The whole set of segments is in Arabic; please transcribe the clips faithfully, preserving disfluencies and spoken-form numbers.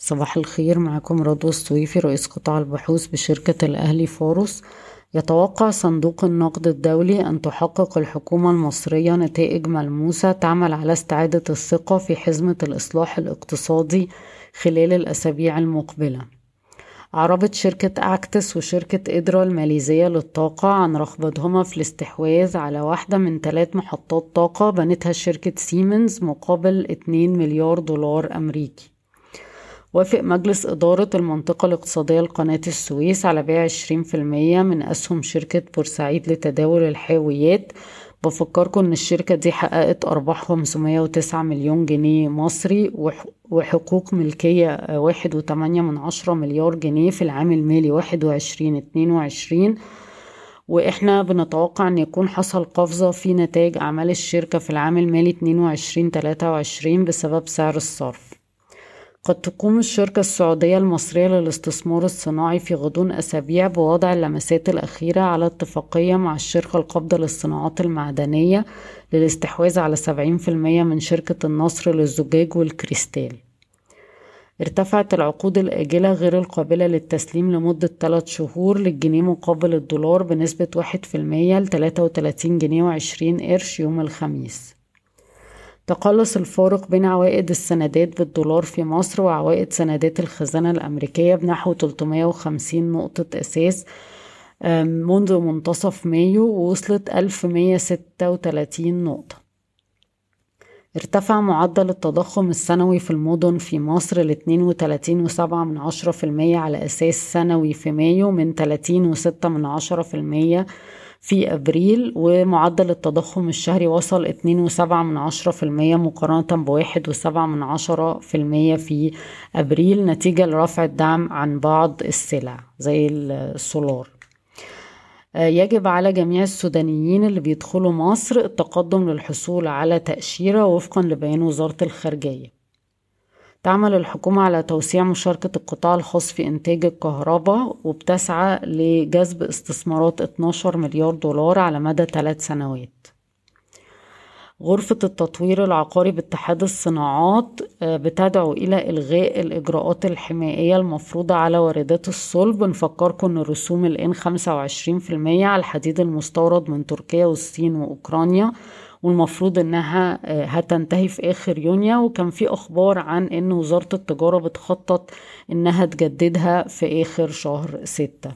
صباح الخير، معكم رضوى السويفي رئيس قطاع البحوث بشركة الأهلي فورس. يتوقع صندوق النقد الدولي أن تحقق الحكومة المصرية نتائج ملموسة تعمل على استعادة الثقة في حزمة الإصلاح الاقتصادي خلال الأسابيع المقبلة. أعربت شركة أكتس وشركة إدرا الماليزية للطاقة عن رغبتهما في الاستحواذ على واحدة من ثلاث محطات طاقة بنتها شركة سيمنز مقابل اثنين مليار دولار أمريكي. وافق مجلس إدارة المنطقة الاقتصادية لقناة السويس على بيع عشرين في المية من أسهم شركة بورسعيد لتداول الحاويات. بفكركم إن الشركة دي حققت أرباح خمسمائة وتسعة مليون جنيه مصري وحقوق ملكية واحد وثمانية من عشرة مليار جنيه في العام المالي واحد وعشرين اتنين وعشرين. وإحنا بنتوقع أن يكون حصل قفزة في نتائج أعمال الشركة في العام المالي اتنين وعشرين تلاتة وعشرين بسبب سعر الصرف. قد تقوم الشركة السعودية المصرية للاستثمار الصناعي في غضون أسابيع بوضع اللمسات الأخيرة على اتفاقية مع الشركة القابضة للصناعات المعدنية للاستحواذ على سبعين في المية من شركة النصر للزجاج والكريستال. ارتفعت العقود الآجلة غير القابلة للتسليم لمدة ثلاث شهور للجنيه مقابل الدولار بنسبة واحد في المية ل ثلاثة وثلاثين جنيه وعشرين قرش يوم الخميس. تقلص الفارق بين عوائد السندات بالدولار في مصر وعوائد سندات الخزانة الأمريكية بنحو ثلاثمائة وخمسين نقطة أساس منذ منتصف مايو ووصلت ألف ومائة وستة وثلاثين نقطة. ارتفع معدل التضخم السنوي في المدن في مصر ل اثنين وثلاثين فاصلة سبعة من عشرة في المية على أساس سنوي في مايو من ثلاثين فاصلة ستة من عشرة في المية في أبريل، ومعدل التضخم الشهري وصل اثنين فاصلة سبعة من عشرة في المية مقارنة بواحد فاصلة سبعة من عشرة في المية في أبريل نتيجة لرفع الدعم عن بعض السلع زي السولار. يجب على جميع السودانيين اللي بيدخلوا مصر التقدم للحصول على تأشيرة وفقا لبيان وزارة الخارجية. تعمل الحكومة على توسيع مشاركة القطاع الخاص في إنتاج الكهرباء وبتسعى لجذب استثمارات اثناشر مليار دولار على مدى ثلاث سنوات. غرفة التطوير العقاري باتحاد الصناعات بتدعو إلى إلغاء الإجراءات الحمائية المفروضة على واردات الصلب. نفكركم أن رسوم الآن خمسة وعشرين في المية على الحديد المستورد من تركيا والصين وأوكرانيا، والمفروض انها هتنتهي في اخر يونيو، وكان في اخبار عن ان وزارة التجارة بتخطط انها تجددها في اخر شهر ستة.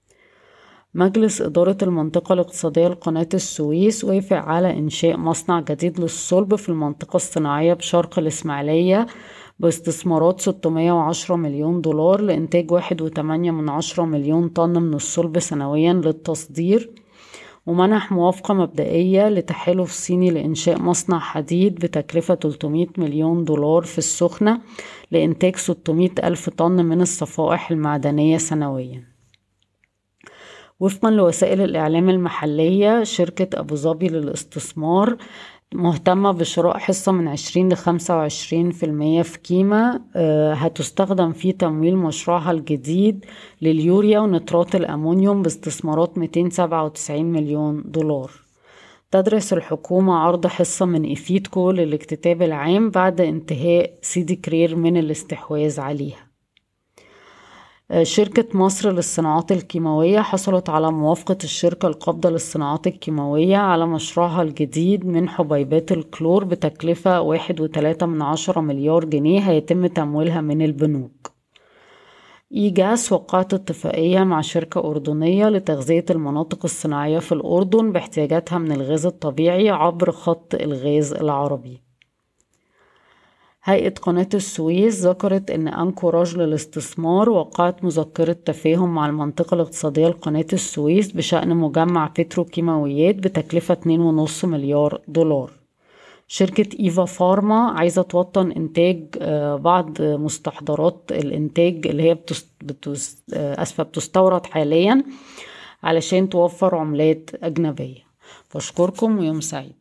مجلس ادارة المنطقة الاقتصادية لقناة السويس وافق على انشاء مصنع جديد للصلب في المنطقة الصناعية بشرق الاسماعيلية باستثمارات ستمائة وعشرة مليون دولار لانتاج واحد وثمانية من عشرة مليون طن من الصلب سنويا للتصدير. ومنح موافقة مبدئية لتحالف صيني لإنشاء مصنع حديد بتكلفة ثلاثمائة مليون دولار في السخنة لإنتاج ستمائة ألف طن من الصفائح المعدنية سنويا. وفقا لوسائل الإعلام المحلية، شركة أبو ظبي للاستثمار مهتمة بشراء حصة من عشرين لخمسة وعشرين في المية في كيما هتستخدم في تمويل مشروعها الجديد لليوريا ونترات الأمونيوم باستثمارات مئتين وسبعة وتسعين مليون دولار. تدرس الحكومة عرض حصة من إيفيدكو للاكتتاب العام بعد انتهاء سيدي كرير من الاستحواذ عليها. شركة مصر للصناعات الكيماوية حصلت على موافقة الشركة القابضة للصناعات الكيماوية على مشروعها الجديد من حبيبات الكلور بتكلفة واحد وثلاثة من عشرة مليار جنيه هيتم تمويلها من البنوك. إيجاس وقعت اتفاقية مع شركة أردنية لتغذية المناطق الصناعية في الأردن باحتياجاتها من الغاز الطبيعي عبر خط الغاز العربي. هيئة قناة السويس ذكرت أن أنكوراج للاستثمار وقعت مذكرة تفاهم مع المنطقة الاقتصادية لقناة السويس بشأن مجمع بتروكيماويات بتكلفة اثنين فاصلة خمسة مليار دولار. شركة إيفا فارما عايزة توطن إنتاج بعض مستحضرات الإنتاج اللي هي بتست... أسفة بتستورد حاليا علشان توفر عملات أجنبية. بشكركم ويوم سعيد.